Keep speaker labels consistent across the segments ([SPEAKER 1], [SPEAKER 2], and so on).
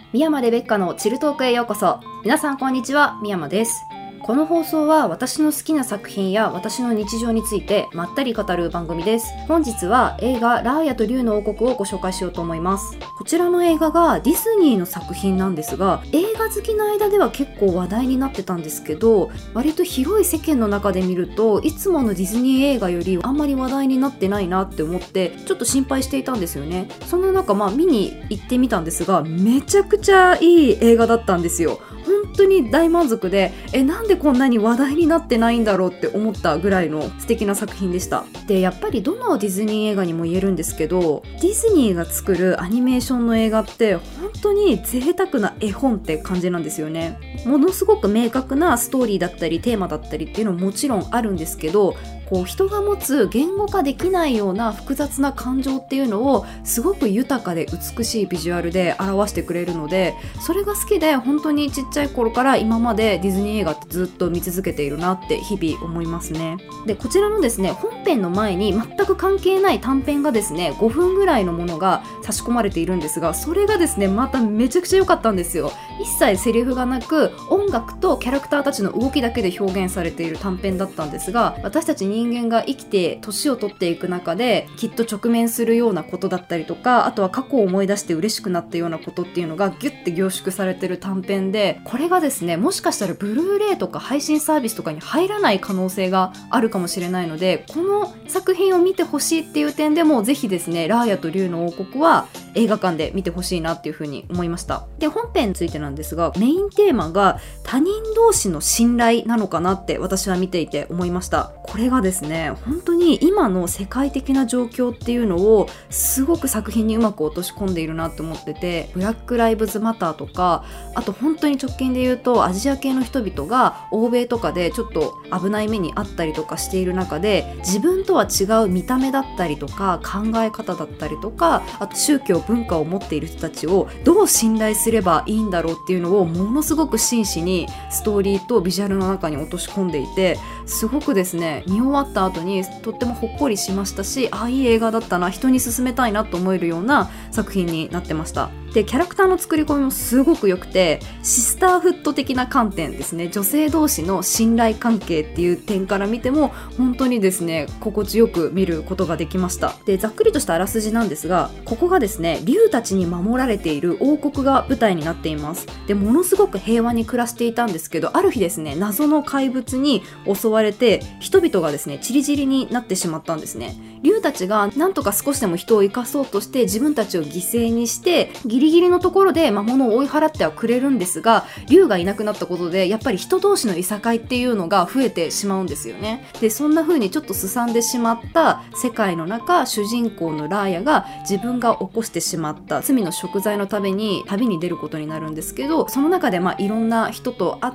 [SPEAKER 1] 宮山レベッカのチルトークへようこそ。皆さんこんにちは、宮山です。この放送は私の好きな作品や私の日常についてまったり語る番組です。本日は映画ラーヤと竜の王国をご紹介しようと思います。こちらの映画がディズニーの作品なんですが、映画好きの間では結構話題になってたんですけど、割と広い世間の中で見るといつものディズニー映画よりあんまり話題になってないなって思ってちょっと心配していたんですよね。そんな中見に行ってみたんですが、めちゃくちゃいい映画だったんですよ。本当に大満足で、なんでこんなに話題になってないんだろうって思ったぐらいの素敵な作品でした。で、やっぱりどのディズニー映画にも言えるんですけど、ディズニーが作るアニメーションの映画って本当に贅沢な絵本って感じなんですよね。ものすごく明確なストーリーだったりテーマだったりっていうのももちろんあるんですけど、人が持つ言語化できないような複雑な感情っていうのをすごく豊かで美しいビジュアルで表してくれるので、それが好きで本当にちっちゃい頃から今までディズニー映画ってずっと見続けているなって日々思いますね。で、こちらのですね、本編の前に全く関係ない短編がですね、5分ぐらいのものが差し込まれているんですが、それがですねまためちゃくちゃ良かったんですよ。一切セリフがなく音楽とキャラクターたちの動きだけで表現されている短編だったんですが、私たち人間が生きて年を取っていく中できっと直面するようなことだったりとか、あとは過去を思い出して嬉しくなったようなことっていうのがギュッて凝縮されてる短編で、これがですねもしかしたらブルーレイとか配信サービスとかに入らない可能性があるかもしれないので、この作品を見てほしいっていう点でもぜひですね、ラーヤと竜の王国は映画館で見てほしいなっていう風に思いました。で、本編についてなんですが、メインテーマが他人同士の信頼なのかなって私は見ていて思いました。これがですね本当に今の世界的な状況っていうのをすごく作品にうまく落とし込んでいるなって思ってて、ブラックライブズマターとか、あと本当に直近で言うとアジア系の人々が欧米とかでちょっと危ない目にあったりとかしている中で、自分とは違う見た目だったりとか考え方だったりとか、あと宗教文化を持っている人たちをどう信頼すればいいんだろうっていうのをものすごく真摯にストーリーとビジュアルの中に落とし込んでいて、すごくですね見終わった後にとってもほっこりしましたし、いい映画だったな、人に勧めたいなと思えるような作品になってました。で、キャラクターの作り込みもすごく良くて、シスターフット的な観点ですね、女性同士の信頼関係っていう点から見ても本当にですね心地よく見ることができました。で、ざっくりとしたあらすじなんですが、ここがですね竜たちに守られている王国が舞台になっています。で、ものすごく平和に暮らしていたんですけど、ある日ですね謎の怪物に襲われて人々がですねチリチリになってしまったんですね。竜たちがなんとか少しでも人を生かそうとして自分たちを犠牲にしてギリギリのところで魔物を追い払ってはくれるんですが、竜がいなくなったことでやっぱり人同士のいさかいっていうのが増えてしまうんですよね。で、そんな風にちょっとすさんでしまった世界の中、主人公のラーヤが自分が起こしてしまった罪の贖罪のために旅に出ることになるんですけど、その中でいろんな人と会って、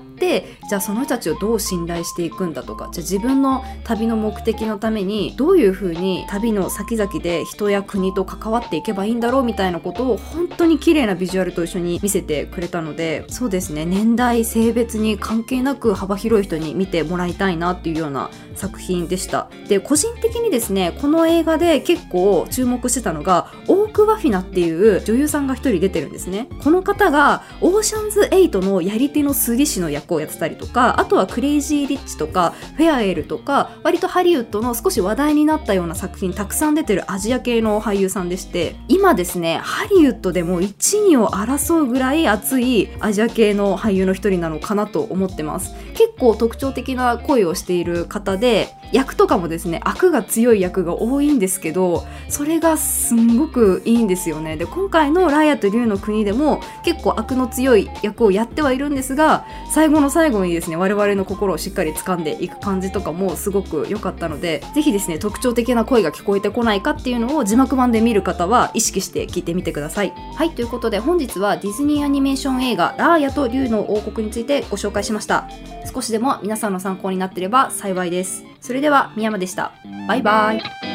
[SPEAKER 1] じゃあその人たちをどう信頼していくんだとか、じゃあ自分の旅の目的のためにどういう風に旅の先々で人や国と関わっていけばいいんだろうみたいなことを本当に綺麗なビジュアルと一緒に見せてくれたので、そうですね、年代性別に関係なく幅広い人に見てもらいたいなっていうような作品でした。で、個人的にですねこの映画で結構注目してたのがオーク・ワフィナっていう女優さんが一人出てるんですね。この方がオーシャンズ8のやり手の推理士の役をやってたりとか、あとはクレイジー・リッチとかフェアエルとか、割とハリウッドの少し話題になったような作品たくさん出てるアジア系の俳優さんでして、今ですねハリウッドでも一二を争うぐらい熱いアジア系の俳優の一人なのかなと思ってます。結構特徴的な声をしている方で、役とかもですね悪が強い役が多いんですけど、それがすんごくいいんですよね。で、今回のラーヤと竜の国でも結構悪の強い役をやってはいるんですが、最後の最後にですね我々の心をしっかり掴んでいく感じとかもすごく良かったので、ぜひですね特徴的な声が聞こえてこないかっていうのを字幕版で見る方は意識して聞いてみてください。はい、ということで本日はディズニーアニメーション映画ラーヤと竜の王国についてご紹介しました。少しでも皆さんの参考になっていれば幸いです。それでは宮山でした。バイバイ。